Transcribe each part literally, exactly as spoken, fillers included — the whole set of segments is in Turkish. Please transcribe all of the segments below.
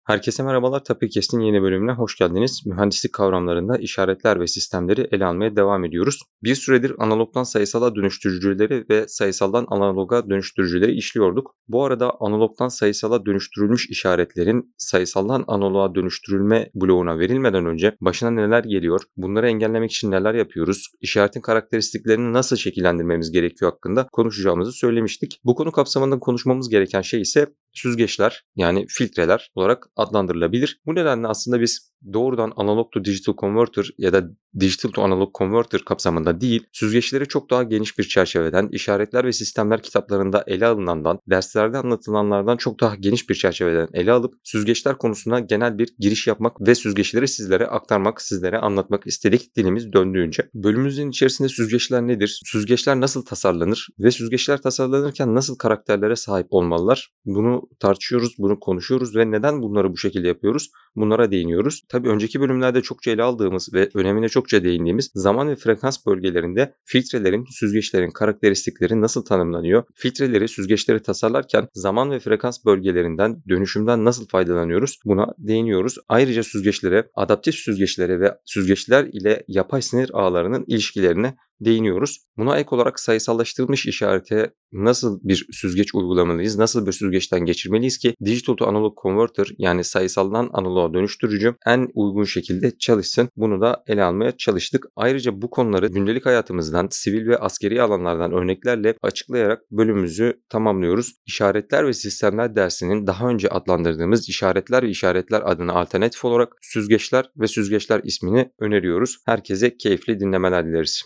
Herkese merhabalar. Tapirkest'in yeni bölümüne hoş geldiniz. Mühendislik kavramlarında işaretler ve sistemleri ele almaya devam ediyoruz. Bir süredir analogdan sayısala dönüştürücüleri ve sayısaldan analoga dönüştürücüleri işliyorduk. Bu arada analogdan sayısala dönüştürülmüş işaretlerin sayısaldan analoğa dönüştürülme bloğuna verilmeden önce başına neler geliyor, bunları engellemek için neler yapıyoruz, işaretin karakteristiklerini nasıl şekillendirmemiz gerekiyor hakkında konuşacağımızı söylemiştik. Bu konu kapsamında konuşmamız gereken şey ise süzgeçler, yani filtreler olarak adlandırılabilir. Bu nedenle aslında biz doğrudan analog to digital converter ya da digital to analog converter kapsamında değil, süzgeçleri çok daha geniş bir çerçeveden, işaretler ve sistemler kitaplarında ele alınandan, derslerde anlatılanlardan çok daha geniş bir çerçeveden ele alıp süzgeçler konusuna genel bir giriş yapmak ve süzgeçleri sizlere aktarmak, sizlere anlatmak istedik dilimiz döndüğünce. Bölümümüzün içerisinde süzgeçler nedir? Süzgeçler nasıl tasarlanır? Ve süzgeçler tasarlanırken nasıl karakterlere sahip olmalılar? Bunu tartışıyoruz, bunu konuşuyoruz ve neden bunları bu şekilde yapıyoruz? Bunlara değiniyoruz. Tabii önceki bölümlerde çokça ele aldığımız ve önemine çokça değindiğimiz zaman ve frekans bölgelerinde filtrelerin, süzgeçlerin karakteristikleri nasıl tanımlanıyor? Filtreleri, süzgeçleri tasarlarken zaman ve frekans bölgelerinden, dönüşümden nasıl faydalanıyoruz? Buna değiniyoruz. Ayrıca süzgeçlere, adaptif süzgeçlere ve süzgeçler ile yapay sinir ağlarının ilişkilerine değiniyoruz. Buna ek olarak sayısallaştırılmış işarete nasıl bir süzgeç uygulamalıyız, nasıl bir süzgeçten geçirmeliyiz ki digital to analog converter, yani sayısaldan analoğa dönüştürücü en uygun şekilde çalışsın. Bunu da ele almaya çalıştık. Ayrıca bu konuları gündelik hayatımızdan, sivil ve askeri alanlardan örneklerle açıklayarak bölümümüzü tamamlıyoruz. İşaretler ve sistemler dersinin daha önce adlandırdığımız işaretler ve işaretler adına alternatif olarak süzgeçler ve süzgeçler ismini öneriyoruz. Herkese keyifli dinlemeler dileriz.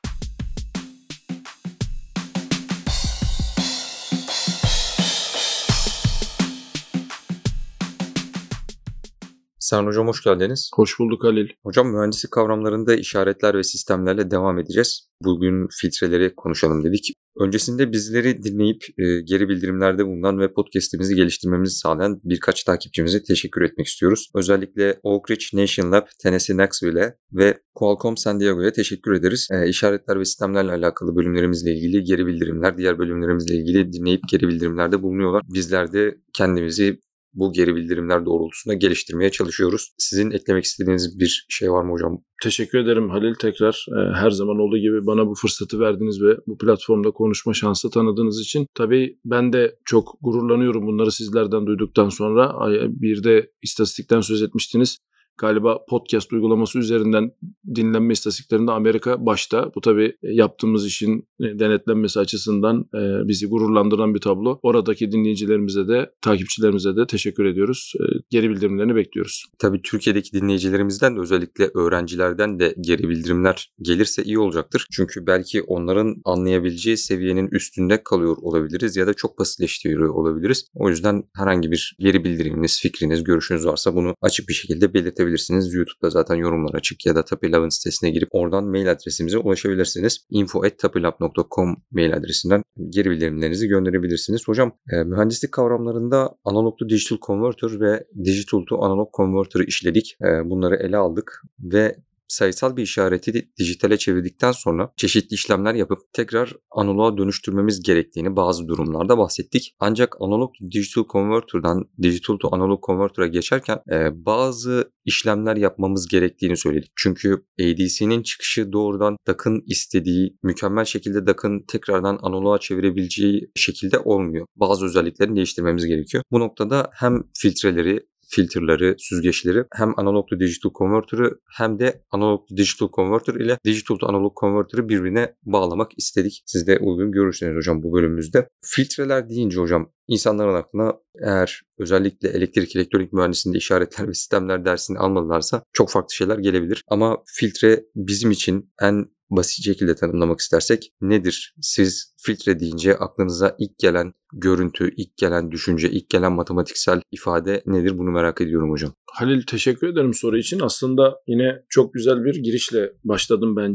Serhan Hocam hoş geldiniz. Hoş bulduk Halil. Hocam mühendislik kavramlarında işaretler ve sistemlerle devam edeceğiz. Bugün filtreleri konuşalım dedik. Öncesinde bizleri dinleyip e, geri bildirimlerde bulunan ve podcast'imizi geliştirmemizi sağlayan birkaç takipçimize teşekkür etmek istiyoruz. Özellikle Oak Ridge Nation Lab, Tennessee Knoxville'e ve Qualcomm San Diego'ya teşekkür ederiz. E, işaretler ve sistemlerle alakalı bölümlerimizle ilgili geri bildirimler, diğer bölümlerimizle ilgili dinleyip geri bildirimlerde bulunuyorlar. Bizler de kendimizi bu geri bildirimler doğrultusunda geliştirmeye çalışıyoruz. Sizin eklemek istediğiniz bir şey var mı hocam? Teşekkür ederim Halil. Tekrar e, her zaman olduğu gibi bana bu fırsatı verdiniz ve bu platformda konuşma şansı tanıdığınız için. Tabii ben de çok gururlanıyorum bunları sizlerden duyduktan sonra. Bir de istatistikten söz etmiştiniz. Galiba podcast uygulaması üzerinden dinlenme istatistiklerinde Amerika başta. Bu tabii yaptığımız işin denetlenmesi açısından bizi gururlandıran bir tablo. Oradaki dinleyicilerimize de, takipçilerimize de teşekkür ediyoruz. Geri bildirimlerini bekliyoruz. Tabii Türkiye'deki dinleyicilerimizden de, özellikle öğrencilerden de geri bildirimler gelirse iyi olacaktır. Çünkü belki onların anlayabileceği seviyenin üstünde kalıyor olabiliriz ya da çok basitleştiriyor olabiliriz. O yüzden herhangi bir geri bildiriminiz, fikriniz, görüşünüz varsa bunu açık bir şekilde belirtebilirsiniz. YouTube'da zaten yorumlar açık ya da Tapilab'ın sitesine girip oradan mail adresimize ulaşabilirsiniz. info at tapilab nokta com mail adresinden geri bildirimlerinizi gönderebilirsiniz. Hocam e, mühendislik kavramlarında analog to digital converter ve digital to analog converter'ı işledik. E, bunları ele aldık ve sayısal bir işareti dijitale çevirdikten sonra çeşitli işlemler yapıp tekrar analoğa dönüştürmemiz gerektiğini bazı durumlarda bahsettik. Ancak analog to digital converter'dan digital to analog converter'a geçerken e, bazı işlemler yapmamız gerektiğini söyledik. Çünkü A D C'nin çıkışı doğrudan D A C'ın istediği, mükemmel şekilde D A C'ın tekrardan analoğa çevirebileceği şekilde olmuyor. Bazı özelliklerini değiştirmemiz gerekiyor. Bu noktada hem filtreleri, filterleri, süzgeçleri, hem analog to digital converter'ı hem de analog to digital converter ile digital to analog converter'ı birbirine bağlamak istedik. Siz de uygun görürsünüz hocam bu bölümümüzde. Filtreler deyince hocam insanların aklına, eğer özellikle elektrik elektronik mühendisliğinde işaretler ve sistemler dersini almadılarsa çok farklı şeyler gelebilir. Ama filtre bizim için en basit şekilde tanımlamak istersek nedir? Siz filtre deyince aklınıza ilk gelen görüntü, ilk gelen düşünce, ilk gelen matematiksel ifade nedir? Bunu merak ediyorum hocam. Halil, teşekkür ederim soru için. Aslında yine çok güzel bir girişle başladım bence.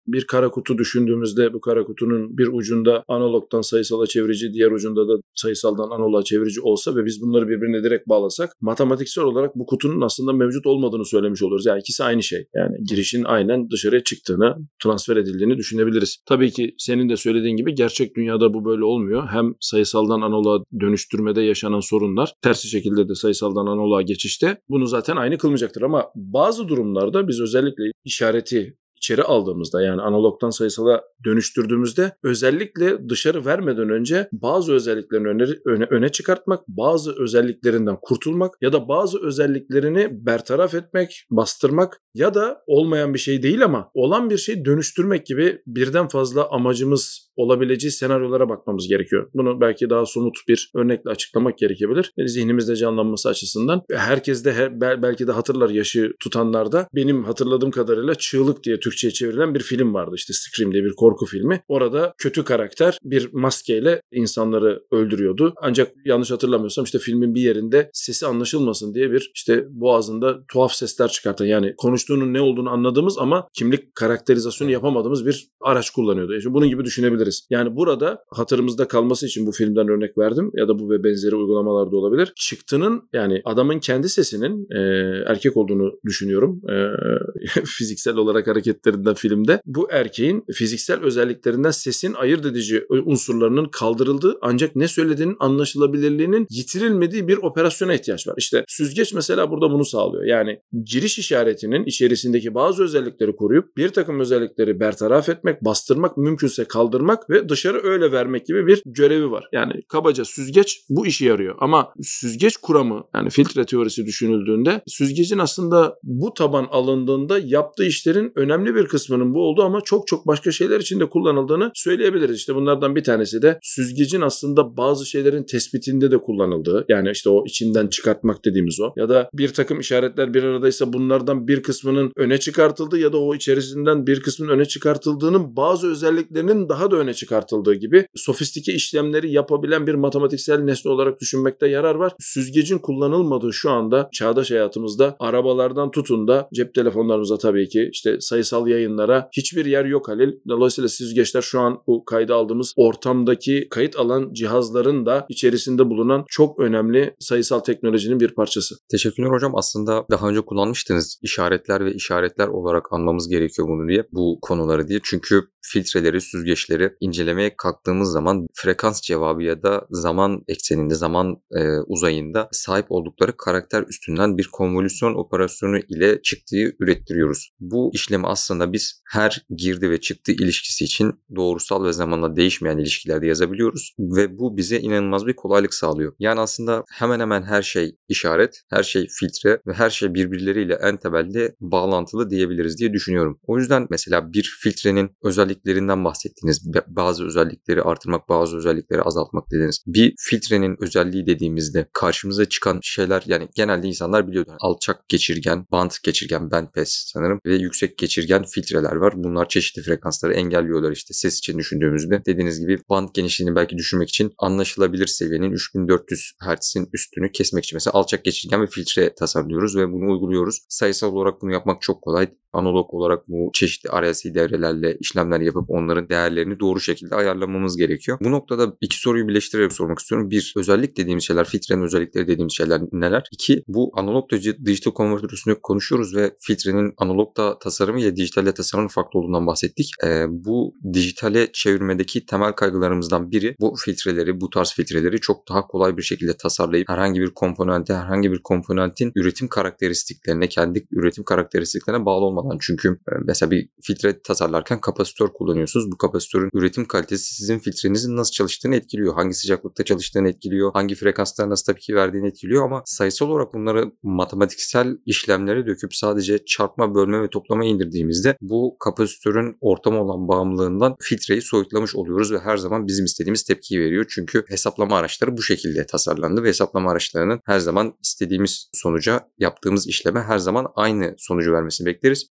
bir kara kutu düşündüğümüzde bu kara kutunun bir ucunda analogdan sayısala çevirici, diğer ucunda da sayısaldan analoğa çevirici olsa ve biz bunları birbirine direkt bağlasak matematiksel olarak bu kutunun aslında mevcut olmadığını söylemiş oluruz. Yani ikisi aynı şey. Yani girişin aynen dışarıya çıktığını, transfer edildiğini düşünebiliriz. Tabii ki senin de söylediğin gibi gerçek dünyada bu böyle olmuyor. Hem sayısaldan analoğa dönüştürmede yaşanan sorunlar tersi şekilde de sayısaldan analoğa geçişte bunu zaten aynı kılmayacaktır. Ama bazı durumlarda biz özellikle işareti içeri aldığımızda, yani analogdan sayısala dönüştürdüğümüzde özellikle dışarı vermeden önce bazı özelliklerini öne, öne, öne çıkartmak, bazı özelliklerinden kurtulmak ya da bazı özelliklerini bertaraf etmek, bastırmak ya da olmayan bir şey değil ama olan bir şeyi dönüştürmek gibi birden fazla amacımız olabileceği senaryolara bakmamız gerekiyor. Bunu belki daha somut bir örnekle açıklamak gerekebilir. Zihnimizde canlanması açısından. Herkes de belki de hatırlar, yaşı tutanlarda. Benim hatırladığım kadarıyla Çığlık diye Türkçe'ye çevrilen bir film vardı. İşte Scream diye bir korku filmi. Orada kötü karakter bir maskeyle insanları öldürüyordu. Ancak yanlış hatırlamıyorsam işte filmin bir yerinde sesi anlaşılmasın diye bir işte boğazında tuhaf sesler çıkartan, yani konuştuğunun ne olduğunu anladığımız ama kimlik karakterizasyonu yapamadığımız bir araç kullanıyordu. Yani bunun gibi düşünebiliriz. Yani burada hatırımızda kalması için bu filmden örnek verdim ya da bu ve benzeri uygulamalarda olabilir. Çıktının, yani adamın kendi sesinin e, erkek olduğunu düşünüyorum. E, fiziksel olarak hareketlerinden filmde. Bu erkeğin fiziksel özelliklerinden sesin ayırt edici unsurlarının kaldırıldığı ancak ne söylediğinin anlaşılabilirliğinin yitirilmediği bir operasyona ihtiyaç var. İşte süzgeç mesela burada bunu sağlıyor. Yani giriş işaretinin içerisindeki bazı özellikleri koruyup bir takım özellikleri bertaraf etmek, bastırmak, mümkünse kaldırmak ve dışarı öyle vermek gibi bir görevi var. Yani kabaca süzgeç bu işe yarıyor. Ama süzgeç kuramı, yani filtre teorisi düşünüldüğünde süzgecin aslında bu taban alındığında yaptığı işlerin önemli bir kısmının bu olduğu ama çok çok başka şeyler için de kullanıldığını söyleyebiliriz. İşte bunlardan bir tanesi de süzgecin aslında bazı şeylerin tespitinde de kullanıldığı, yani işte o içinden çıkartmak dediğimiz o, ya da bir takım işaretler bir aradaysa bunlardan bir kısmının öne çıkartıldığı ya da o içerisinden bir kısmının öne çıkartıldığının bazı özelliklerinin daha da öne çıkartıldığı gibi sofistike işlemleri yapabilen bir matematiksel nesne olarak düşünmekte yarar var. Süzgecin kullanılmadığı şu anda çağdaş hayatımızda arabalardan tutun da cep telefonlarımıza tabii ki işte sayısal yayınlara hiçbir yer yok Halil. Dolayısıyla süzgeçler şu an bu kayda aldığımız ortamdaki kayıt alan cihazların da içerisinde bulunan çok önemli sayısal teknolojinin bir parçası. Teşekkürler hocam. Aslında daha önce kullanmıştınız işaretler ve işaretler olarak anmamız gerekiyor bunu diye, bu konuları diye. Çünkü filtreleri, süzgeçleri incelemeye kalktığımız zaman frekans cevabı ya da zaman ekseninde, zaman e, uzayında sahip oldukları karakter üstünden bir konvolüsyon operasyonu ile çıktığı ürettiriyoruz. Bu işlemi aslında biz her girdi ve çıktı ilişkisi için doğrusal ve zamanla değişmeyen ilişkilerde yazabiliyoruz ve bu bize inanılmaz bir kolaylık sağlıyor. Yani aslında hemen hemen her şey işaret, her şey filtre ve her şey birbirleriyle en temelde bağlantılı diyebiliriz diye düşünüyorum. O yüzden mesela bir filtrenin özelliklerinden bahsettiniz. Bazı özellikleri artırmak, bazı özellikleri azaltmak dediniz. Bir filtrenin özelliği dediğimizde karşımıza çıkan şeyler, yani genelde insanlar biliyor. Alçak geçirgen, bant geçirgen, bandpass sanırım ve yüksek geçirgen filtreler var. Bunlar çeşitli frekansları engelliyorlar işte ses için düşündüğümüzde. Dediğiniz gibi band genişliğini belki düşürmek için anlaşılabilir seviyenin üç bin dört yüz hertz'in üstünü kesmek için mesela alçak geçirgen bir filtre tasarlıyoruz ve bunu uyguluyoruz. Sayısal olarak bunu yapmak çok kolay. Analog olarak bu çeşitli R L C devrelerle işlemler yapıp onların değerlerini doğru şekilde ayarlamamız gerekiyor. Bu noktada iki soruyu birleştirerek sormak istiyorum. Bir, özellik dediğimiz şeyler, filtrenin özellikleri dediğimiz şeyler neler? İki, bu analog dijital konvertör üstünde konuşuyoruz ve filtrenin analogda tasarımı ile dijitalde tasarımın farklı olduğundan bahsettik. Ee, bu dijitale çevirmedeki temel kaygılarımızdan biri bu filtreleri, bu tarz filtreleri çok daha kolay bir şekilde tasarlayıp herhangi bir komponente, herhangi bir komponentin üretim karakteristiklerine, kendi üretim karakteristiklerine bağlı olmadan. Çünkü mesela bir filtre tasarlarken kapasitör kullanıyorsunuz. Bu kapasitörün üretim kalitesi sizin filtrenizin nasıl çalıştığını etkiliyor. Hangi sıcaklıkta çalıştığını etkiliyor. Hangi frekanslara nasıl tepki verdiğini etkiliyor ama sayısal olarak bunları matematiksel işlemlere döküp sadece çarpma, bölme ve toplama indirdiğimizde bu kapasitörün ortama olan bağımlılığından filtreyi soyutlamış oluyoruz ve her zaman bizim istediğimiz tepkiyi veriyor. Çünkü hesaplama araçları bu şekilde tasarlandı ve hesaplama araçlarının her zaman istediğimiz sonuca, yaptığımız işleme her zaman aynı sonucu vermesini bekleriz.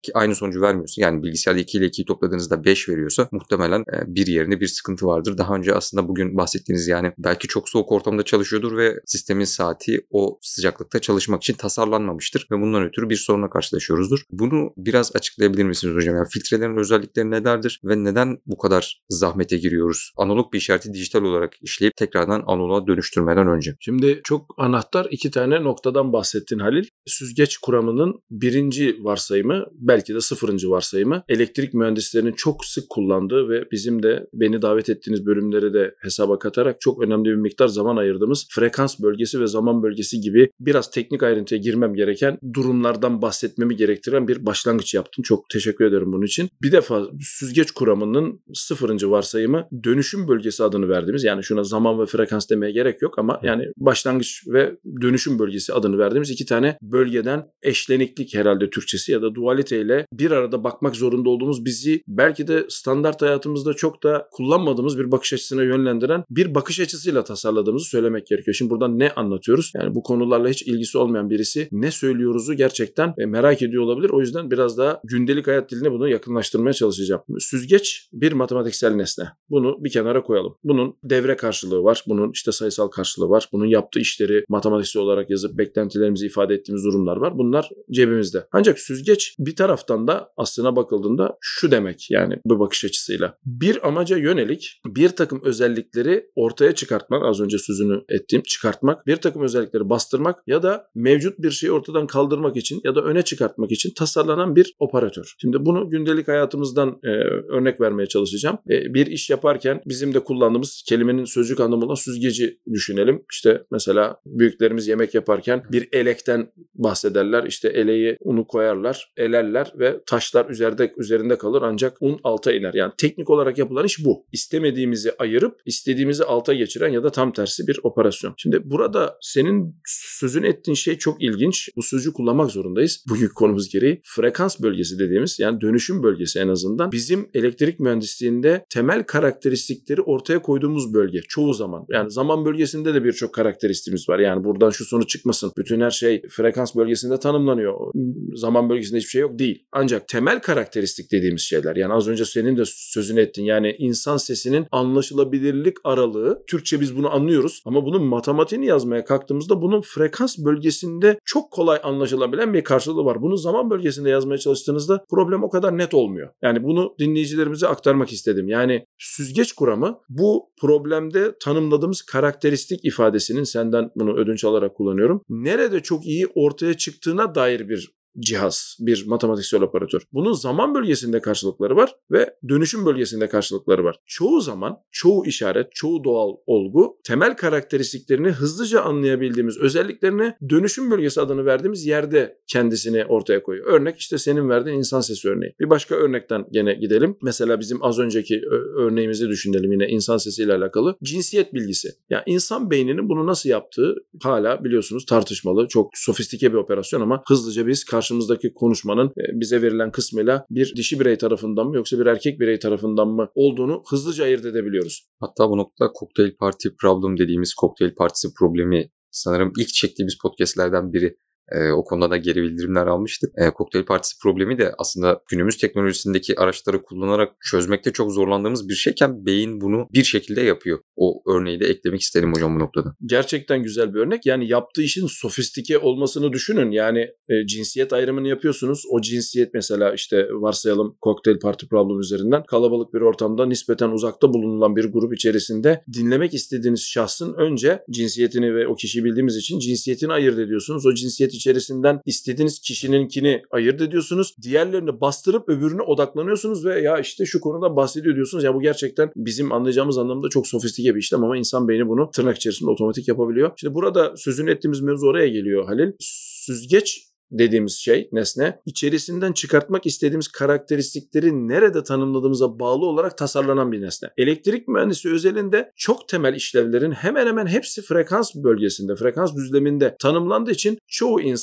ki aynı sonucu vermiyorsa, yani bilgisayarda iki ile ikiyi topladığınızda beş veriyorsa muhtemelen bir yerinde bir sıkıntı vardır. Daha önce aslında bugün bahsettiğiniz, yani belki çok soğuk ortamda çalışıyordur ve sistemin saati o sıcaklıkta çalışmak için tasarlanmamıştır ve bundan ötürü bir sorunla karşılaşıyoruzdur. Bunu biraz açıklayabilir misiniz hocam? Yani filtrelerin özellikleri nelerdir ve neden bu kadar zahmete giriyoruz? Analog bir işareti dijital olarak işleyip tekrardan analoğa dönüştürmeden önce. Şimdi çok anahtar iki tane noktadan bahsettin Halil. Süzgeç kuramının birinci varsayımı, belki de sıfırıncı varsayımı, elektrik mühendislerinin çok sık kullandığı ve bizim de beni davet ettiğiniz bölümleri de hesaba katarak çok önemli bir miktar zaman ayırdığımız frekans bölgesi ve zaman bölgesi gibi biraz teknik ayrıntıya girmem gereken durumlardan bahsetmemi gerektiren bir başlangıç yaptın. Çok teşekkür ederim bunun için. Bir defa süzgeç kuramının sıfırıncı varsayımı dönüşüm bölgesi adını verdiğimiz, yani şuna zaman ve frekans demeye gerek yok ama yani başlangıç ve dönüşüm bölgesi adını verdiğimiz iki tane bölgeden eşleniklik herhalde Türkçesi ya da dualiteyle bir arada bakmak zorunda olduğumuz, bizi belki de standart hayatımızda çok da kullanmadığımız bir bakış açısına yönlendiren bir bakış açısıyla tasarladığımızı söylemek gerekiyor. Şimdi buradan ne anlatıyoruz? Yani bu konularla hiç ilgisi olmayan birisi ne söylüyoruzu gerçekten merak ediyor olabilir. O yüzden biraz daha gündelik hayat diline bunu yakınlaştırmaya çalışacağım. Süzgeç bir matematiksel nesne. Bunu bir kenara koyalım. Bunun devre karşılığı var. Bunun işte sayısal karşılığı var. Bunun yaptığı işleri matematiksel olarak yazıp beklentilerimizi ifade ettiğimiz durumlar var. Bunlar cebimizde. Ancak süzgeç bir taraftan da aslına bakıldığında şu demek, yani bu bakış açısıyla. Bir amaca yönelik bir takım özellikleri ortaya çıkartmak, az önce sözünü ettiğim çıkartmak, bir takım özellikleri bastırmak ya da mevcut bir şeyi ortadan kaldırmak için ya da öne çıkartmak için tasarlanan bir operatör. Şimdi bunu gündelik hayatımızdan e, örnek vermeye çalışacağım. E, bir iş yaparken bizim de kullandığımız kelimenin sözcük anlamı olan süzgeci düşünelim. İşte mesela büyüklerimiz yemek yaparken bir elekten bahsederler. İşte eleği, unu koyarlar, elerler ve taşlar üzerinde üzerinde kalır ancak un alta iner. Yani teknik olarak yapılan iş bu. İstemediğimizi ayırıp istediğimizi alta geçiren ya da tam tersi bir operasyon. Şimdi burada senin sözünü ettiğin şey çok ilginç. Bu sözcüğü kullanmak zorundayız. Bugünkü konumuz gereği. Frekans bölgesi dediğimiz, yani dönüşüm bölgesi en azından bizim elektrik mühendisliğinde temel karakteristikleri ortaya koyduğumuz bölge. Çoğu zaman. Yani zaman bölgesinde de birçok karakteristiğimiz var. Yani buradan şu sonuç çıkmasın. Bütün her şey frekans bölgesinde tanımlanıyor. Zaman bölgesinde hiçbir şey yok değil. Ancak temel karakteristik dediğimiz şeyler, yani az önce senin de sözünü ettin, yani insan sesinin anlaşılabilirlik aralığı. Türkçe biz bunu anlıyoruz ama bunun matematiğini yazmaya kalktığımızda bunun frekans bölgesinde çok kolay anlaşılabilen bir karşılığı var. Bunu zaman bölgesinde yazmaya çalıştığınızda problem o kadar net olmuyor. Yani bunu dinleyicilerimize aktarmak istedim. Yani süzgeç kuramı bu problemde tanımladığımız karakteristik ifadesinin, senden bunu ödünç alarak kullanıyorum, nerede çok iyi ortaya çıktığına dair bir cihaz, bir matematiksel operatör. Bunun zaman bölgesinde karşılıkları var ve dönüşüm bölgesinde karşılıkları var. Çoğu zaman, çoğu işaret, çoğu doğal olgu temel karakteristiklerini hızlıca anlayabildiğimiz özelliklerini dönüşüm bölgesi adını verdiğimiz yerde kendisini ortaya koyuyor. Örnek işte senin verdiğin insan sesi örneği. Bir başka örnekten gene gidelim. Mesela bizim az önceki örneğimizi düşünelim, yine insan sesiyle alakalı. Cinsiyet bilgisi. Yani insan beyninin bunu nasıl yaptığı hala biliyorsunuz tartışmalı. Çok sofistike bir operasyon ama hızlıca biz karşı karşımızdaki konuşmanın bize verilen kısmıyla bir dişi birey tarafından mı yoksa bir erkek birey tarafından mı olduğunu hızlıca ayırt edebiliyoruz. Hatta bu noktada Cocktail Party Problem dediğimiz kokteyl partisi problemi sanırım ilk çektiğimiz podcastlerden biri. E, o konuda da geri bildirimler almıştık. E, kokteyl partisi problemi de aslında günümüz teknolojisindeki araçları kullanarak çözmekte çok zorlandığımız bir şeyken beyin bunu bir şekilde yapıyor. O örneği de eklemek isterim hocam bu noktada. Gerçekten güzel bir örnek. Yani yaptığı işin sofistike olmasını düşünün. Yani e, cinsiyet ayrımını yapıyorsunuz. O cinsiyet mesela işte varsayalım kokteyl parti problem üzerinden kalabalık bir ortamda nispeten uzakta bulunulan bir grup içerisinde dinlemek istediğiniz şahsın önce cinsiyetini ve o kişiyi bildiğimiz için cinsiyetini ayırt ediyorsunuz. O cinsiyet içerisinden istediğiniz kişininkini ayırt ediyorsunuz. Diğerlerini bastırıp öbürüne odaklanıyorsunuz ve ya işte şu konuda bahsediyor diyorsunuz. Ya bu gerçekten bizim anlayacağımız anlamda çok sofistike bir işlem ama insan beyni bunu tırnak içerisinde otomatik yapabiliyor. Şimdi burada sözünü ettiğimiz mevzu oraya geliyor Halil. Süzgeç dediğimiz şey, nesne, içerisinden çıkartmak istediğimiz karakteristikleri nerede tanımladığımıza bağlı olarak tasarlanan bir nesne. Elektrik mühendisi özelinde çok temel işlevlerin hemen hemen hepsi frekans bölgesinde, frekans düzleminde tanımlandığı için çoğu insan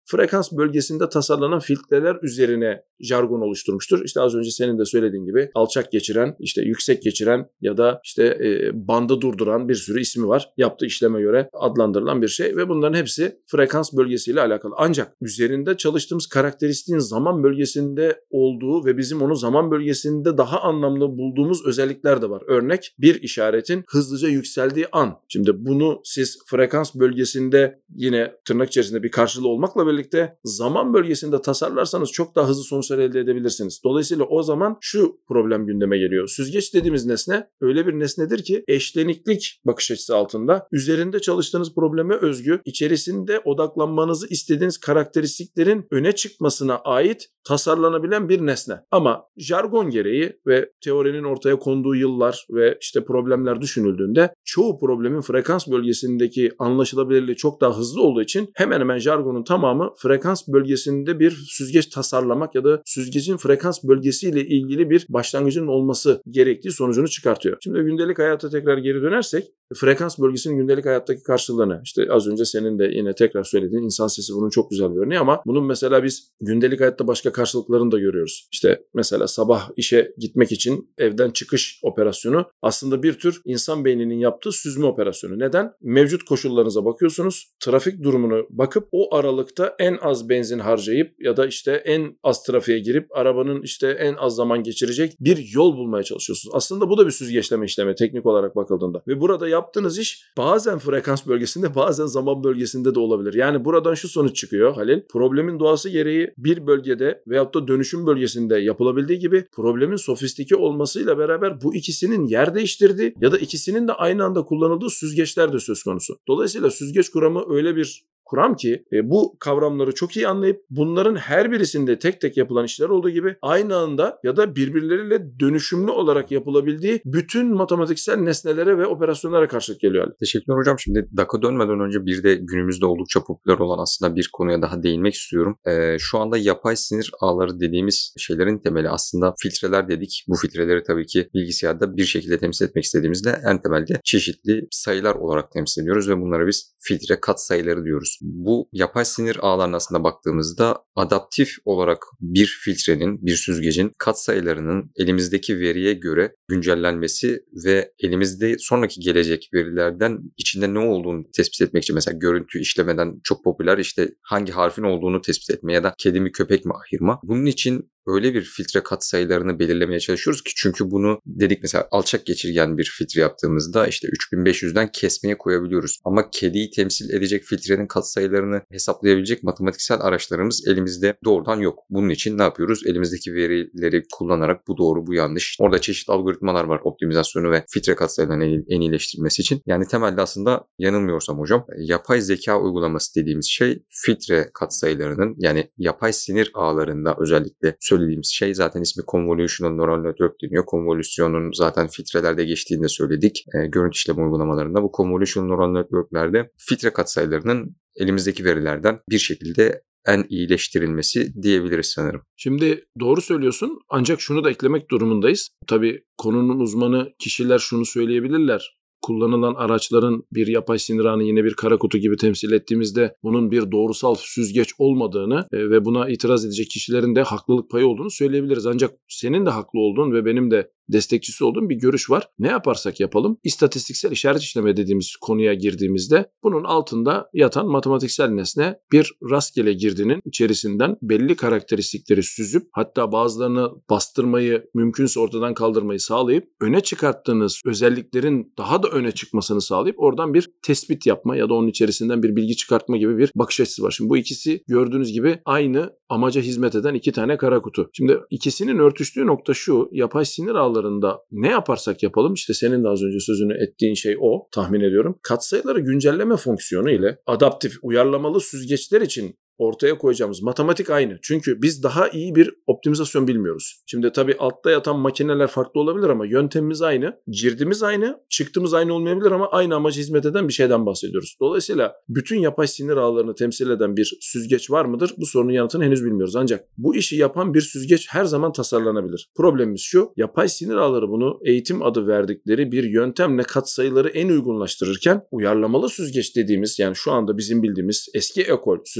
frekans bölgesinde tasarlanan filtreler üzerine jargon oluşturmuştur. İşte az önce senin de söylediğin gibi alçak geçiren, işte yüksek geçiren ya da işte e, bandı durduran bir sürü ismi var. Yaptığı işleme göre adlandırılan bir şey ve bunların hepsi frekans bölgesiyle alakalı. Ancak üzerinde çalıştığımız karakteristiğin zaman bölgesinde olduğu ve bizim onu zaman bölgesinde daha anlamlı bulduğumuz özellikler de var. Örnek, bir işaretin hızlıca yükseldiği an. Şimdi bunu siz frekans bölgesinde yine tırnak içerisinde bir karşılığı olmakla birlikte zaman bölgesinde tasarlarsanız çok daha hızlı sonuçlar elde edebilirsiniz. Dolayısıyla o zaman şu problem gündeme geliyor. Süzgeç dediğimiz nesne öyle bir nesnedir ki eşleniklik bakış açısı altında üzerinde çalıştığınız probleme özgü, içerisinde odaklanmanızı istediğiniz karakteristiklerin öne çıkmasına ait tasarlanabilen bir nesne. Ama jargon gereği ve teorinin ortaya konduğu yıllar ve işte problemler düşünüldüğünde çoğu problemin frekans bölgesindeki anlaşılabilirliği çok daha hızlı olduğu için hemen hemen jargonun tamamı frekans bölgesinde bir süzgeç tasarlamak ya da süzgecin frekans bölgesiyle ilgili bir başlangıcın olması gerektiği sonucunu çıkartıyor. Şimdi gündelik hayata tekrar geri dönersek frekans bölgesinin gündelik hayattaki karşılığını işte az önce senin de yine tekrar söylediğin insan sesi bunun çok güzel bir örneği ama bunun mesela biz gündelik hayatta başka karşılıklarını da görüyoruz. İşte mesela sabah işe gitmek için evden çıkış operasyonu aslında bir tür insan beyninin yaptığı süzme operasyonu. Neden? Mevcut koşullarınıza bakıyorsunuz. Trafik durumunu bakıp o aralıkta en az benzin harcayıp ya da işte en az trafiğe girip arabanın işte en az zaman geçirecek bir yol bulmaya çalışıyorsunuz. Aslında bu da bir süzgeçleme işlemi teknik olarak bakıldığında. Ve burada yaptığınız iş bazen frekans bölgesinde bazen zaman bölgesinde de olabilir. Yani buradan şu sonuç çıkıyor Halil. Problemin doğası gereği bir bölgede veyahut da dönüşüm bölgesinde yapılabildiği gibi problemin sofistike olmasıyla beraber bu ikisinin yer değiştirdiği ya da ikisinin de aynı anda kullanıldığı süzgeçler de söz konusu. Dolayısıyla süzgeç kuramı öyle bir kuram ki e, bu kavramları çok iyi anlayıp bunların her birisinde tek tek yapılan işler olduğu gibi aynı anda ya da birbirleriyle dönüşümlü olarak yapılabildiği bütün matematiksel nesnelere ve operasyonlara karşılık geliyor. Teşekkürler hocam. Şimdi D A K'a dönmeden önce bir de günümüzde oldukça popüler olan aslında bir konuya daha değinmek istiyorum. Ee, şu anda yapay sinir ağları dediğimiz şeylerin temeli aslında filtreler dedik. Bu filtreleri tabii ki bilgisayarda bir şekilde temsil etmek istediğimizde en temelde çeşitli sayılar olarak temsil ediyoruz ve bunlara biz filtre katsayıları diyoruz. Bu yapay sinir ağlarına aslında baktığımızda adaptif olarak bir filtrenin, bir süzgecin katsayılarının elimizdeki veriye göre güncellenmesi ve elimizde sonraki gelecek verilerden içinde ne olduğunu tespit etmek için mesela görüntü işlemeden çok popüler işte hangi harfin olduğunu tespit etme ya da kedi mi köpek mi ayırma. Bunun için öyle bir filtre katsayılarını belirlemeye çalışıyoruz ki çünkü bunu dedik mesela alçak geçirgen bir filtre yaptığımızda işte üç bin beş yüzden kesmeye koyabiliyoruz. Ama kediyi temsil edecek filtrenin katsayılarını hesaplayabilecek matematiksel araçlarımız elimizde doğrudan yok. Bunun için ne yapıyoruz? Elimizdeki verileri kullanarak bu doğru bu yanlış. Orada çeşitli algoritmalar var optimizasyonu ve filtre katsayılarının en iyileştirilmesi için. Yani temelde aslında yanılmıyorsam hocam yapay zeka uygulaması dediğimiz şey filtre katsayılarının yani yapay sinir ağlarında özellikle söylediğimiz şey zaten ismi Convolutional Neural Network deniyor. Konvolüsyonun zaten filtrelerde geçtiğini de söyledik. E, görüntü işleme uygulamalarında bu Convolutional Neural Network'lerde filtre katsayılarının elimizdeki verilerden bir şekilde en iyileştirilmesi diyebiliriz sanırım. Şimdi doğru söylüyorsun ancak şunu da eklemek durumundayız. Tabii konunun uzmanı kişiler şunu söyleyebilirler. Kullanılan araçların bir yapay sinir ağını yine bir kara kutu gibi temsil ettiğimizde bunun bir doğrusal süzgeç olmadığını ve buna itiraz edecek kişilerin de haklılık payı olduğunu söyleyebiliriz. Ancak senin de haklı olduğun ve benim de destekçisi olduğum bir görüş var. Ne yaparsak yapalım istatistiksel işaret işleme dediğimiz konuya girdiğimizde bunun altında yatan matematiksel nesne bir rastgele girdinin içerisinden belli karakteristikleri süzüp hatta bazılarını bastırmayı mümkünse ortadan kaldırmayı sağlayıp öne çıkarttığınız özelliklerin daha da öne çıkmasını sağlayıp oradan bir tespit yapma ya da onun içerisinden bir bilgi çıkartma gibi bir bakış açısı var. Şimdi bu ikisi gördüğünüz gibi aynı amaca hizmet eden iki tane kara kutu. Şimdi ikisinin örtüştüğü nokta şu: yapay sinir ağlarında ne yaparsak yapalım işte senin de az önce sözünü ettiğin şey o tahmin ediyorum. Katsayıları güncelleme fonksiyonu ile adaptif uyarlamalı süzgeçler için ortaya koyacağımız matematik aynı. Çünkü biz daha iyi bir optimizasyon bilmiyoruz. Şimdi tabii altta yatan makineler farklı olabilir ama yöntemimiz aynı. Girdimiz aynı. Çıktığımız aynı olmayabilir ama aynı amaca hizmet eden bir şeyden bahsediyoruz. Dolayısıyla bütün yapay sinir ağlarını temsil eden bir süzgeç var mıdır? Bu sorunun yanıtını henüz bilmiyoruz. Ancak bu işi yapan bir süzgeç her zaman tasarlanabilir. Problemimiz şu: yapay sinir ağları bunu eğitim adı verdikleri bir yöntemle katsayıları en uygunlaştırırken uyarlamalı süzgeç dediğimiz yani şu anda bizim bildiğimiz eski ekol süzgeç tasarımı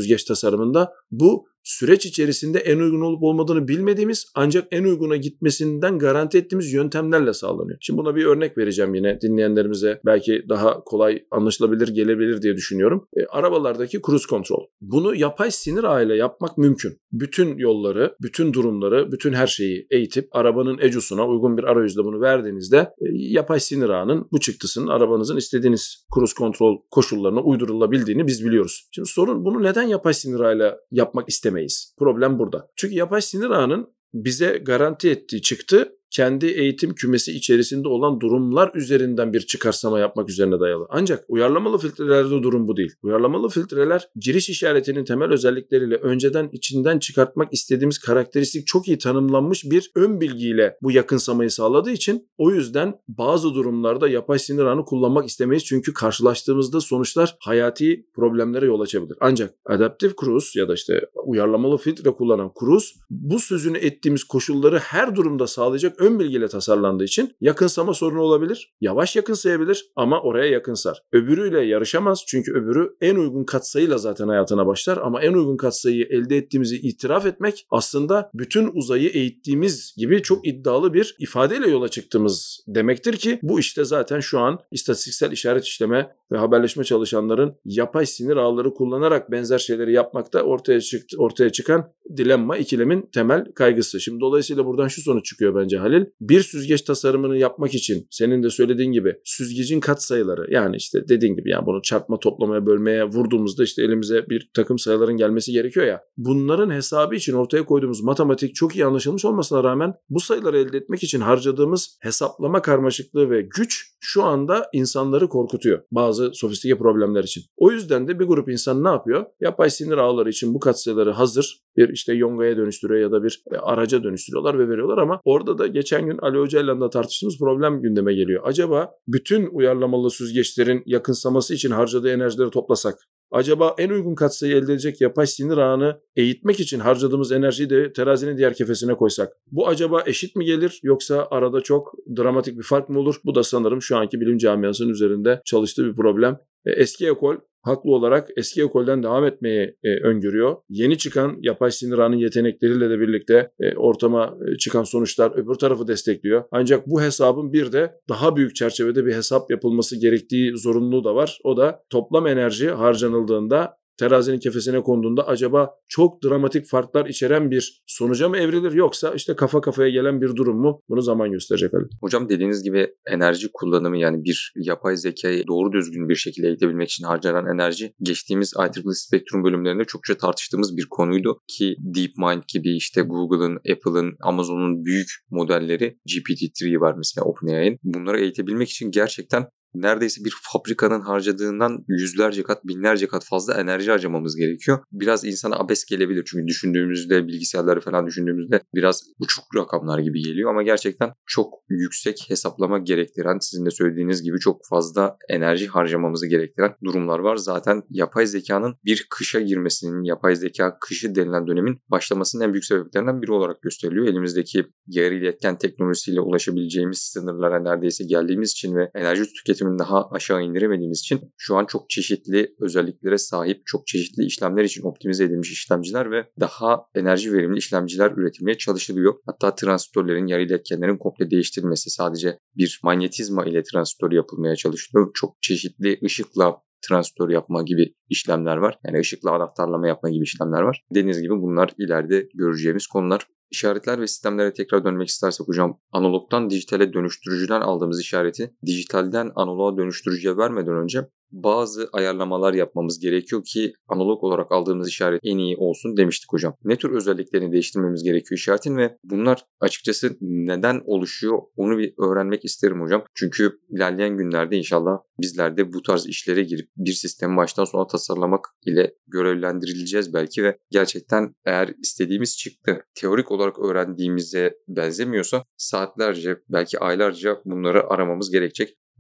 tasarımında bu süreç içerisinde en uygun olup olmadığını bilmediğimiz ancak en uyguna gitmesinden garanti ettiğimiz yöntemlerle sağlanıyor. Şimdi buna bir örnek vereceğim yine dinleyenlerimize belki daha kolay anlaşılabilir gelebilir diye düşünüyorum. E, arabalardaki cruise control. Bunu yapay sinir ağıyla yapmak mümkün. Bütün yolları, bütün durumları, bütün her şeyi eğitip arabanın E C U'suna uygun bir arayüzle bunu verdiğinizde e, yapay sinir ağının bu çıktısının arabanızın istediğiniz cruise control koşullarına uydurulabildiğini biz biliyoruz. Şimdi sorun bunu neden yapay sinir ağıyla yapmak istemeyiz? Problem burada. Çünkü yapay sinir ağının bize garanti ettiği çıktı kendi eğitim kümesi içerisinde olan durumlar üzerinden bir çıkarsama yapmak üzerine dayalı. Ancak uyarlamalı filtrelerde durum bu değil. Uyarlamalı filtreler giriş işaretinin temel özellikleriyle önceden içinden çıkartmak istediğimiz karakteristik çok iyi tanımlanmış bir ön bilgiyle bu yakınsamayı sağladığı için o yüzden bazı durumlarda yapay sinir ağını kullanmak istemeyiz. Çünkü karşılaştığımızda sonuçlar hayati problemlere yol açabilir. Ancak adaptif cruise ya da işte uyarlamalı filtre kullanan cruise bu sözünü ettiğimiz koşulları her durumda sağlayacak ön bilgiyle tasarlandığı için yakınsama sorunu olabilir. Yavaş yakınsayabilir ama oraya yakınsar. Öbürüyle yarışamaz çünkü öbürü en uygun katsayıyla zaten hayatına başlar ama en uygun katsayıyı elde ettiğimizi itiraf etmek aslında bütün uzayı eğittiğimiz gibi çok iddialı bir ifadeyle yola çıktığımız demektir ki bu işte zaten şu an istatistiksel işaret işleme ve haberleşme çalışanların yapay sinir ağları kullanarak benzer şeyleri yapmakta ortaya çıktı, ortaya çıkan dilemma, ikilemin temel kaygısı. Şimdi dolayısıyla buradan şu sonuç çıkıyor bence Halil. Bir süzgeç tasarımını yapmak için senin de söylediğin gibi süzgecin katsayıları yani işte dediğin gibi yani bunu çarpma, toplamaya, bölmeye vurduğumuzda işte elimize bir takım sayıların gelmesi gerekiyor ya. Bunların hesabı için ortaya koyduğumuz matematik çok iyi anlaşılmış olmasına rağmen bu sayıları elde etmek için harcadığımız hesaplama karmaşıklığı ve güç şu anda insanları korkutuyor. Bazı sofistike problemler için. O yüzden de bir grup insan ne yapıyor? Yapay sinir ağları için bu katsayıları hazır bir işte yongaya dönüştürüyor ya da bir araca dönüştürüyorlar ve veriyorlar ama orada da geçen gün Ali Hoca ile de tartıştığımız problem gündeme geliyor. Acaba bütün uyarlamalı süzgeçlerin yakınsaması için harcadığı enerjileri toplasak, acaba en uygun katsayı elde edecek yapay sinir ağını eğitmek için harcadığımız enerjiyi de terazinin diğer kefesine koysak, bu acaba eşit mi gelir yoksa arada çok dramatik bir fark mı olur? Bu da sanırım şu anki bilim camiasının üzerinde çalıştığı bir problem. Eski ekol haklı olarak eski ekolden devam etmeyi e, öngörüyor. Yeni çıkan yapay sinir ağının yetenekleriyle de birlikte e, ortama e, çıkan sonuçlar öbür tarafı destekliyor. Ancak bu hesabın bir de daha büyük çerçevede bir hesap yapılması gerektiği zorunluluğu da var. O da toplam enerji harcanıldığında terazinin kefesine konduğunda acaba çok dramatik farklar içeren bir sonuca mı evrilir yoksa işte kafa kafaya gelen bir durum mu? Bunu zaman gösterecek Ali. Hocam dediğiniz gibi enerji kullanımı yani bir yapay zekayı doğru düzgün bir şekilde eğitebilmek için harcanan enerji geçtiğimiz I E E E Spectrum bölümlerinde çokça tartıştığımız bir konuydu ki DeepMind gibi işte Google'ın, Apple'ın, Amazon'un büyük modelleri G P T üç var mesela OpenAI'nin. Bunları eğitebilmek için gerçekten neredeyse bir fabrikanın harcadığından yüzlerce kat, binlerce kat fazla enerji harcamamız gerekiyor. Biraz insana abes gelebilir çünkü düşündüğümüzde, bilgisayarları falan düşündüğümüzde biraz uçuk rakamlar gibi geliyor ama gerçekten çok yüksek hesaplama gerektiren, sizin de söylediğiniz gibi çok fazla enerji harcamamızı gerektiren durumlar var. Zaten yapay zekanın bir kışa girmesinin, yapay zeka kışı denilen dönemin başlamasının en büyük sebeplerinden biri olarak gösteriliyor. Elimizdeki yarı iletken teknolojisiyle ulaşabileceğimiz sınırlara neredeyse geldiğimiz için ve enerji tüketimi daha aşağı indiremediğimiz için şu an çok çeşitli özelliklere sahip, çok çeşitli işlemler için optimize edilmiş işlemciler ve daha enerji verimli işlemciler üretilmeye çalışılıyor. Hatta transistörlerin, yarı iletkenlerin komple değiştirilmesi, sadece bir manyetizma ile transistör yapılmaya çalışılıyor. Çok çeşitli ışıkla transistör yapma gibi işlemler var. Yani ışıkla anahtarlama yapma gibi işlemler var. Dediğiniz gibi bunlar ileride göreceğimiz konular. İşaretler ve sistemlere tekrar dönmek istersek hocam, analogdan dijitale dönüştürücüden aldığımız işareti dijitalden analoğa dönüştürücüye vermeden önce bazı ayarlamalar yapmamız gerekiyor ki analog olarak aldığımız işaret en iyi olsun demiştik hocam. Ne tür özelliklerini değiştirmemiz gerekiyor işaretin ve bunlar açıkçası neden oluşuyor onu bir öğrenmek isterim hocam. Çünkü ilerleyen günlerde inşallah bizler de bu tarz işlere girip bir sistemi baştan sona tasarlamak ile görevlendirileceğiz belki ve gerçekten eğer istediğimiz çıktı teorik olarak öğrendiğimize benzemiyorsa saatlerce belki aylarca bunları aramamız gerekecek.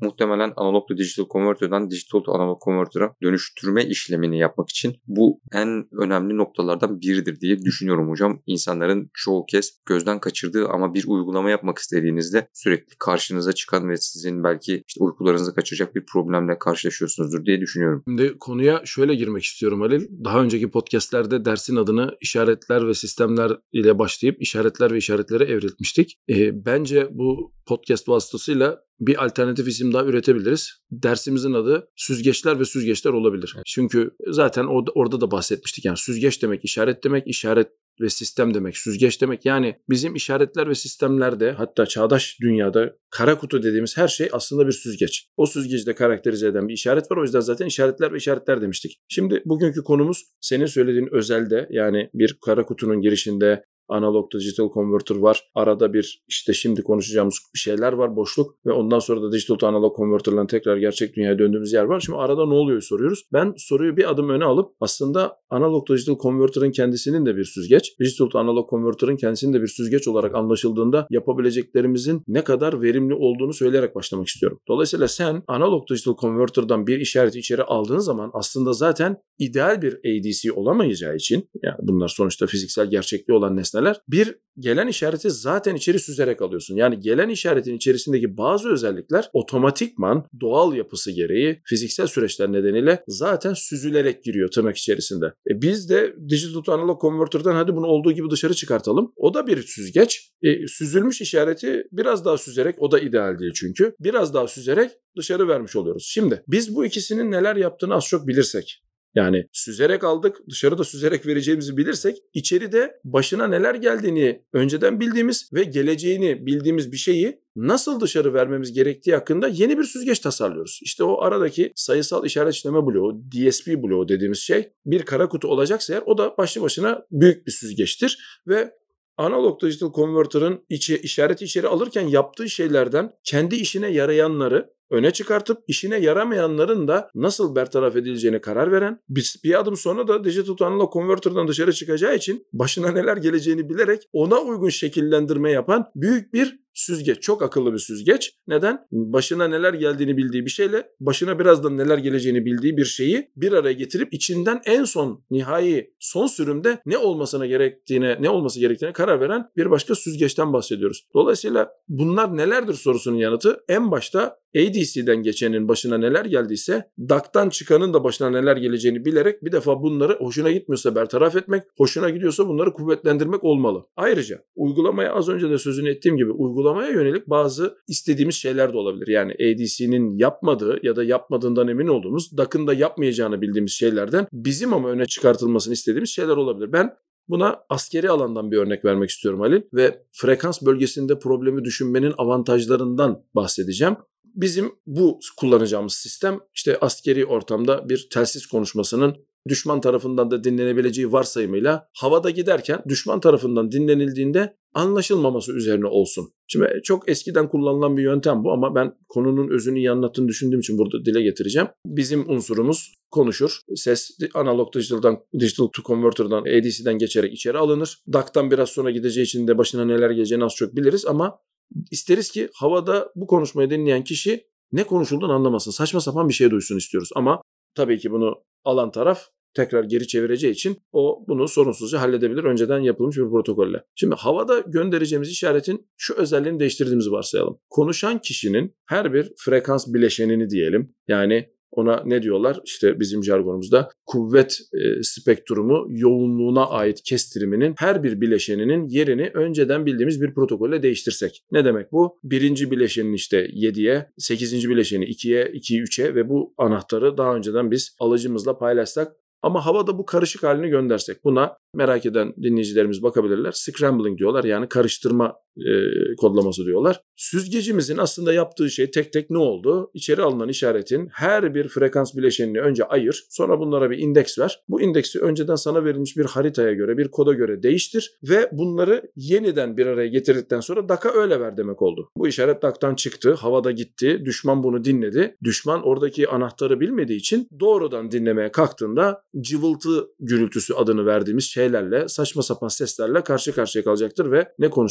muhtemelen analog to digital converter'dan digital to analog converter'a dönüştürme işlemini yapmak için bu en önemli noktalardan biridir diye düşünüyorum hocam. İnsanların çoğu kez gözden kaçırdığı ama bir uygulama yapmak istediğinizde sürekli karşınıza çıkan ve sizin belki işte uykularınızı kaçıracak bir problemle karşılaşıyorsunuzdur diye düşünüyorum. Şimdi konuya şöyle girmek istiyorum Halil. Daha önceki podcastlerde dersin adını işaretler ve sistemler ile başlayıp işaretler ve işaretlere evrilmiştik. E, bence bu podcast vasıtasıyla bir alternatif isim daha üretebiliriz. Dersimizin adı süzgeçler ve süzgeçler olabilir. Evet. Çünkü zaten orada, orada da bahsetmiştik. Yani süzgeç demek işaret demek, işaret ve sistem demek, süzgeç demek. Yani bizim işaretler ve sistemlerde, hatta çağdaş dünyada kara kutu dediğimiz her şey aslında bir süzgeç. O süzgeci de karakterize eden bir işaret var. O yüzden zaten işaretler ve işaretler demiştik. Şimdi bugünkü konumuz senin söylediğin özelde, yani bir kara kutunun girişinde analog to digital converter var. Arada bir işte şimdi konuşacağımız şeyler var, boşluk, ve ondan sonra da digital to analog converter'dan tekrar gerçek dünyaya döndüğümüz yer var. Şimdi arada ne oluyor soruyoruz. Ben soruyu bir adım öne alıp aslında analog to digital converter'ın kendisinin de bir süzgeç, digital to analog converter'ın kendisinin de bir süzgeç olarak anlaşıldığında yapabileceklerimizin ne kadar verimli olduğunu söyleyerek başlamak istiyorum. Dolayısıyla sen analog to digital converter'dan bir işareti içeri aldığın zaman aslında zaten ideal bir A D C olamayacağı için, yani bunlar sonuçta fiziksel gerçekliği olan nesneler, bir gelen işareti zaten içeri süzerek alıyorsun. Yani gelen işaretin içerisindeki bazı özellikler otomatikman doğal yapısı gereği fiziksel süreçler nedeniyle zaten süzülerek giriyor tırnak içerisinde. E biz de digital to analog converter'dan hadi bunu olduğu gibi dışarı çıkartalım. O da bir süzgeç. E, süzülmüş işareti biraz daha süzerek, o da ideal değil çünkü, biraz daha süzerek dışarı vermiş oluyoruz. Şimdi biz bu ikisinin neler yaptığını az çok bilirsek, yani süzerek aldık, dışarıda süzerek vereceğimizi bilirsek, içeride başına neler geldiğini önceden bildiğimiz ve geleceğini bildiğimiz bir şeyi nasıl dışarı vermemiz gerektiği hakkında yeni bir süzgeç tasarlıyoruz. İşte o aradaki sayısal işaret işleme bloğu, D S P bloğu dediğimiz şey bir kara kutu olacaksa eğer, o da başlı başına büyük bir süzgeçtir ve analog to digital converter'ın içi, işareti içeri alırken yaptığı şeylerden kendi işine yarayanları öne çıkartıp işine yaramayanların da nasıl bertaraf edileceğine karar veren, bir, bir adım sonra da digital to analog converter'dan dışarı çıkacağı için başına neler geleceğini bilerek ona uygun şekillendirme yapan büyük bir süzgeç. Çok akıllı bir süzgeç. Neden? Başına neler geldiğini bildiği bir şeyle başına birazdan neler geleceğini bildiği bir şeyi bir araya getirip içinden en son nihai son sürümde ne olmasına gerektiğine, ne olması gerektiğine karar veren bir başka süzgeçten bahsediyoruz. Dolayısıyla bunlar nelerdir sorusunun yanıtı en başta A D C'den geçenin başına neler geldiyse D A C'tan çıkanın da başına neler geleceğini bilerek bir defa bunları hoşuna gitmiyorsa bertaraf etmek, hoşuna gidiyorsa bunları kuvvetlendirmek olmalı. Ayrıca uygulamaya, az önce de sözünü ettiğim gibi, uygulamaya yönelik bazı istediğimiz şeyler de olabilir. Yani A D C'nin yapmadığı ya da yapmadığından emin olduğumuz, D A C'ın da yapmayacağını bildiğimiz şeylerden bizim ama öne çıkartılmasını istediğimiz şeyler olabilir. Ben buna askeri alandan bir örnek vermek istiyorum Halil ve frekans bölgesinde problemi düşünmenin avantajlarından bahsedeceğim. Bizim bu kullanacağımız sistem işte askeri ortamda bir telsiz konuşmasının düşman tarafından da dinlenebileceği varsayımıyla havada giderken düşman tarafından dinlenildiğinde anlaşılmaması üzerine olsun. Şimdi çok eskiden kullanılan bir yöntem bu ama ben konunun özünü iyi anlattığını düşündüğüm için burada dile getireceğim. Bizim unsurumuz konuşur. Ses analog digital'dan, digital to converter'dan, A D C'den geçerek içeri alınır. D A C'tan biraz sonra gideceği için de başına neler geleceğini az çok biliriz ama isteriz ki havada bu konuşmayı dinleyen kişi ne konuşulduğunu anlamasın. Saçma sapan bir şey duysun istiyoruz ama tabii ki bunu alan taraf tekrar geri çevireceği için o bunu sorunsuzca halledebilir önceden yapılmış bir protokolle. Şimdi havada göndereceğimiz işaretin şu özelliğini değiştirdiğimizi varsayalım. Konuşan kişinin her bir frekans bileşenini diyelim. Yani ona ne diyorlar? İşte bizim jargonumuzda kuvvet e, spektrumu yoğunluğuna ait kestiriminin her bir bileşeninin yerini önceden bildiğimiz bir protokolle değiştirsek. Ne demek bu? Birinci bileşenin işte yediye, sekizinci bileşeni ikiye, ikiyi üçe ve bu anahtarı daha önceden biz alıcımızla paylaşsak ama havada bu karışık halini göndersek. Buna merak eden dinleyicilerimiz bakabilirler. Scrambling diyorlar, yani karıştırma e, kodlaması diyorlar. Süzgecimizin aslında yaptığı şey tek tek ne oldu? İçeri alınan işaretin her bir frekans bileşenini önce ayır, sonra bunlara bir indeks ver. Bu indeksi önceden sana verilmiş bir haritaya göre, bir koda göre değiştir ve bunları yeniden bir araya getirdikten sonra D A C''a öyle ver demek oldu. Bu işaret D A C'tan çıktı, havada gitti, düşman bunu dinledi. Düşman oradaki anahtarı bilmediği için doğrudan dinlemeye kalktığında cıvıltı gürültüsü adını verdiğimiz şeylerle, saçma sapan seslerle karşı karşıya kalacaktır ve ne konuşulduğunu anlamayacak.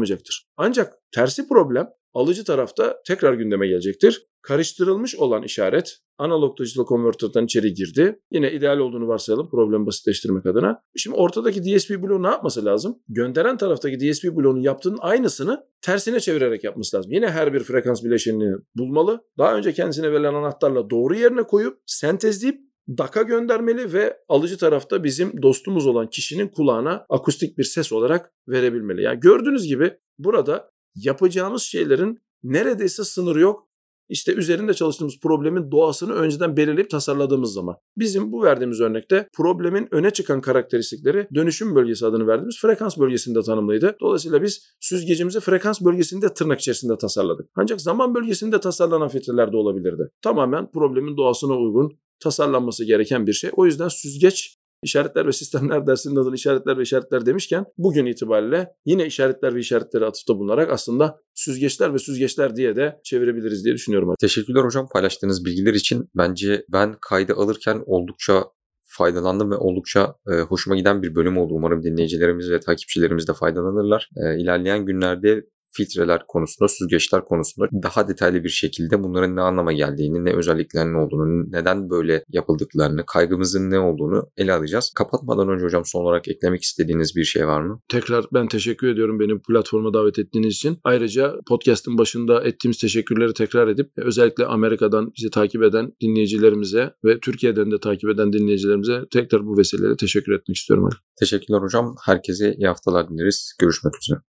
olmayacaktır. Ancak tersi problem alıcı tarafta tekrar gündeme gelecektir. Karıştırılmış olan işaret analog digital converter'dan içeri girdi. Yine ideal olduğunu varsayalım problemi basitleştirmek adına. Şimdi ortadaki D S P bloğu ne yapması lazım? Gönderen taraftaki D S P bloğunun yaptığının aynısını tersine çevirerek yapması lazım. Yine her bir frekans bileşenini bulmalı. Daha önce kendisine verilen anahtarla doğru yerine koyup sentezleyip D A C'a göndermeli ve alıcı tarafta bizim dostumuz olan kişinin kulağına akustik bir ses olarak verebilmeli. Yani gördüğünüz gibi burada yapacağımız şeylerin neredeyse sınırı yok. İşte üzerinde çalıştığımız problemin doğasını önceden belirleyip tasarladığımız zaman. Bizim bu verdiğimiz örnekte problemin öne çıkan karakteristikleri dönüşüm bölgesi adını verdiğimiz frekans bölgesinde tanımlıydı. Dolayısıyla biz süzgecimizi frekans bölgesinde tırnak içerisinde tasarladık. Ancak zaman bölgesinde tasarlanan filtreler de olabilirdi. Tamamen problemin doğasına uygun tasarlanması gereken bir şey. O yüzden süzgeç İşaretler ve sistemler dersinin adını işaretler ve işaretler demişken bugün itibariyle yine işaretler ve işaretleri atıfta bulunarak aslında süzgeçler ve süzgeçler diye de çevirebiliriz diye düşünüyorum. Teşekkürler hocam paylaştığınız bilgiler için. Bence ben kaydı alırken oldukça faydalandım ve oldukça e, hoşuma giden bir bölüm oldu. Umarım dinleyicilerimiz ve takipçilerimiz de faydalanırlar. E, ilerleyen günlerde filtreler konusunda, süzgeçler konusunda daha detaylı bir şekilde bunların ne anlama geldiğini, ne özelliklerinin olduğunu, neden böyle yapıldıklarını, kaygımızın ne olduğunu ele alacağız. Kapatmadan önce hocam son olarak eklemek istediğiniz bir şey var mı? Tekrar ben teşekkür ediyorum beni bu platforma davet ettiğiniz için. Ayrıca podcast'ın başında ettiğimiz teşekkürleri tekrar edip özellikle Amerika'dan bizi takip eden dinleyicilerimize ve Türkiye'den de takip eden dinleyicilerimize tekrar bu vesileyle teşekkür etmek istiyorum. Teşekkürler hocam. Herkese iyi haftalar dileriz. Görüşmek üzere.